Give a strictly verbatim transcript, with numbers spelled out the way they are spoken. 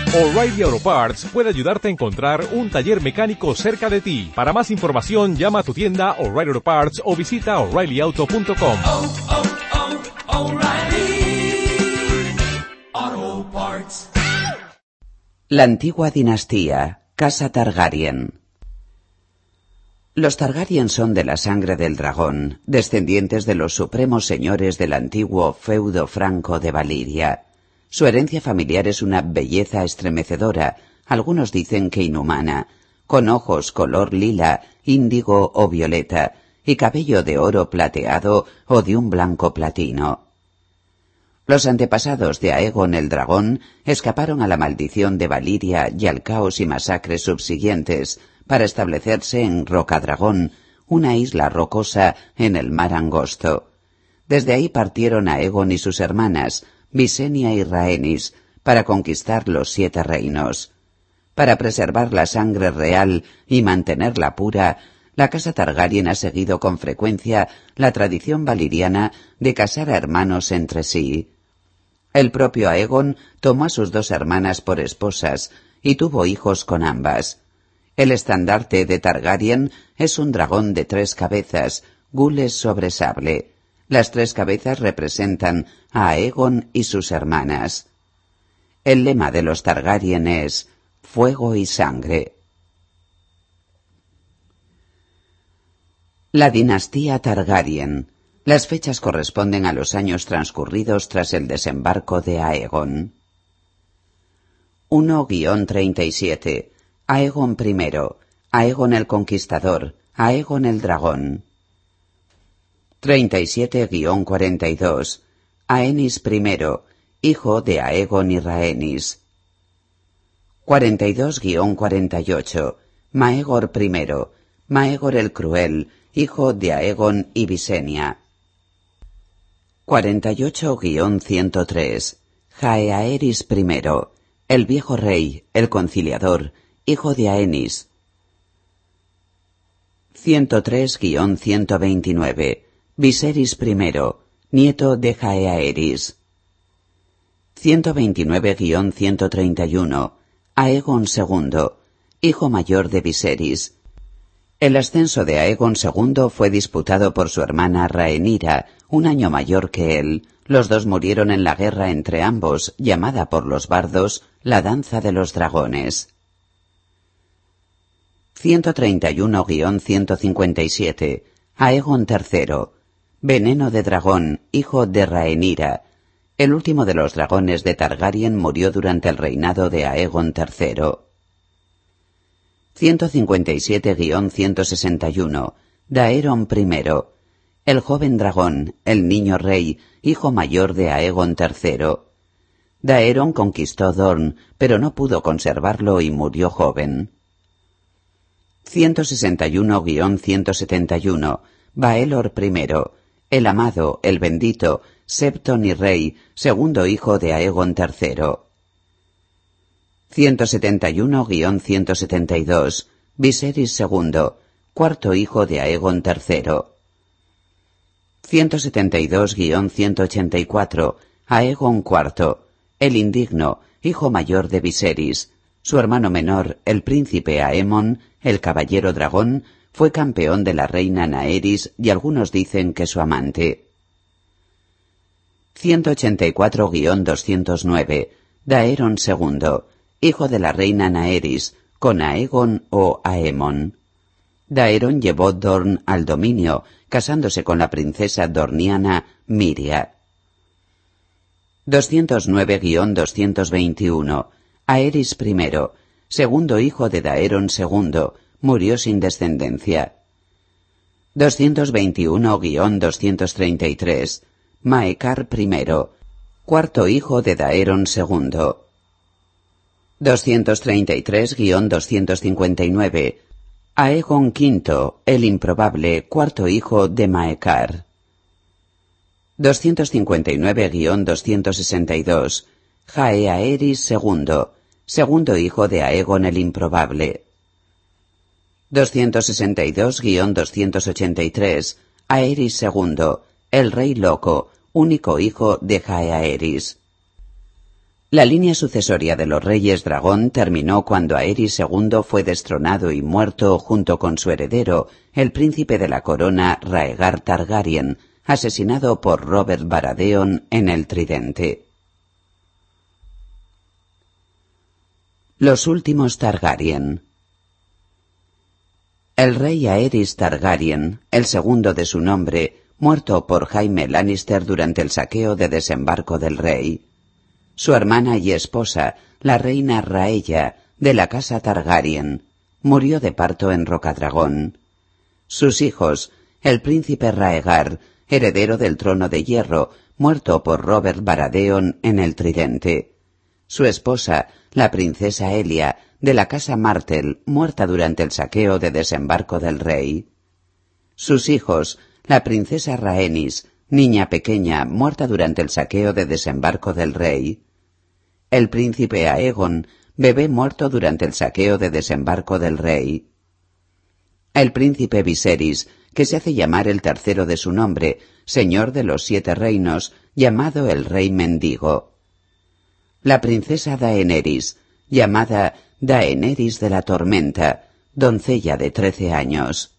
O'Reilly Auto Parts puede ayudarte a encontrar un taller mecánico cerca de ti. Para más información, llama a tu tienda O'Reilly Auto Parts o visita O'Reilly Auto punto com. Oh, oh, oh, O'Reilly Auto Parts. La antigua dinastía, Casa Targaryen. Los Targaryen son de la sangre del dragón, descendientes de los supremos señores del antiguo feudo franco de Valiria. Su herencia familiar es una belleza estremecedora, algunos dicen que inhumana, con ojos color lila, índigo o violeta, y cabello de oro plateado o de un blanco platino. Los antepasados de Aegon el Dragón escaparon a la maldición de Valiria y al caos y masacres subsiguientes para establecerse en Rocadragón, una isla rocosa en el mar angosto. Desde ahí partieron Aegon y sus hermanas, Visenya y Rhaenys, para conquistar los siete reinos. Para preservar la sangre real y mantenerla pura, la casa Targaryen ha seguido con frecuencia la tradición valiriana de casar a hermanos entre sí. El propio Aegon tomó a sus dos hermanas por esposas y tuvo hijos con ambas. El estandarte de Targaryen es un dragón de tres cabezas, gules sobre sable. Las tres cabezas representan a Aegon y sus hermanas. El lema de los Targaryen es fuego y sangre. La dinastía Targaryen. Las fechas corresponden a los años transcurridos tras el desembarco de Aegon. uno treinta y siete. Aegon primero. Aegon el Conquistador. Aegon el Dragón. treinta y siete cuarenta y dos. Aenys primero, hijo de Aegon y Rhaenys. cuarenta y dos cuarenta y ocho. Maegor primero, Maegor el Cruel, hijo de Aegon y Visenya. cuarenta y ocho ciento tres. Jaehaerys primero, el viejo rey, el conciliador, hijo de Aenys. ciento tres ciento veintinueve. Viserys primero, nieto de Jaehaerys. ciento veintinueve ciento treinta y uno. Aegon segundo, hijo mayor de Viserys. El ascenso de Aegon segundo fue disputado por su hermana Rhaenyra, un año mayor que él. Los dos murieron en la guerra entre ambos, llamada por los bardos la Danza de los Dragones. ciento treinta y uno ciento cincuenta y siete. Aegon tercero, veneno de dragón, hijo de Rhaenyra. El último de los dragones de Targaryen murió durante el reinado de Aegon tercero. ciento cincuenta y siete ciento sesenta y uno. Daeron primero, el joven dragón, el niño rey, hijo mayor de Aegon tercero. Daeron conquistó Dorne, pero no pudo conservarlo y murió joven. ciento sesenta y uno ciento setenta y uno. Baelor primero, el amado, el bendito, Septon y rey, segundo hijo de Aegon tercero. ciento setenta y uno ciento setenta y dos. Viserys segundo, cuarto hijo de Aegon tercero. ciento setenta y dos ciento ochenta y cuatro. Aegon cuarto, el indigno, hijo mayor de Viserys. Su hermano menor, el príncipe Aemon, el caballero dragón, fue campeón de la reina Naerys y algunos dicen que su amante. ciento ochenta y cuatro doscientos nueve. Daeron segundo, hijo de la reina Naerys, con Aegon o Aemon. Daeron llevó Dorne al dominio, casándose con la princesa dorniana Miria. doscientos nueve doscientos veintiuno. Aerys primero, segundo hijo de Daeron segundo, murió sin descendencia. doscientos veintiuno doscientos treinta y tres. Maekar primero, cuarto hijo de Daeron segundo. doscientos treinta y tres doscientos cincuenta y nueve. Aegon quinto, el improbable, cuarto hijo de Maekar. doscientos cincuenta y nueve doscientos sesenta y dos. Jaehaerys segundo, segundo hijo de Aegon el improbable. doscientos sesenta y dos doscientos ochenta y tres. Aerys segundo, el rey loco, único hijo de Jaehaerys. La línea sucesoria de los reyes dragón terminó cuando Aerys segundo fue destronado y muerto junto con su heredero, el príncipe de la corona Rhaegar Targaryen, asesinado por Robert Baratheon en el Tridente. Los últimos Targaryen. El rey Aerys Targaryen, el segundo de su nombre, muerto por Jaime Lannister durante el saqueo de Desembarco del Rey. Su hermana y esposa, la reina Rhaella, de la casa Targaryen, murió de parto en Rocadragón. Sus hijos, el príncipe Rhaegar, heredero del trono de hierro, muerto por Robert Baratheon en el Tridente. Su esposa, la princesa Elia, de la casa Martell, muerta durante el saqueo de Desembarco del Rey. Sus hijos, la princesa Rhaenys, niña pequeña, muerta durante el saqueo de Desembarco del Rey. El príncipe Aegon, bebé muerto durante el saqueo de Desembarco del Rey. El príncipe Viserys, que se hace llamar el tercero de su nombre, señor de los siete reinos, llamado el Rey Mendigo. La princesa Daenerys, llamada Daenerys de la Tormenta, doncella de trece años.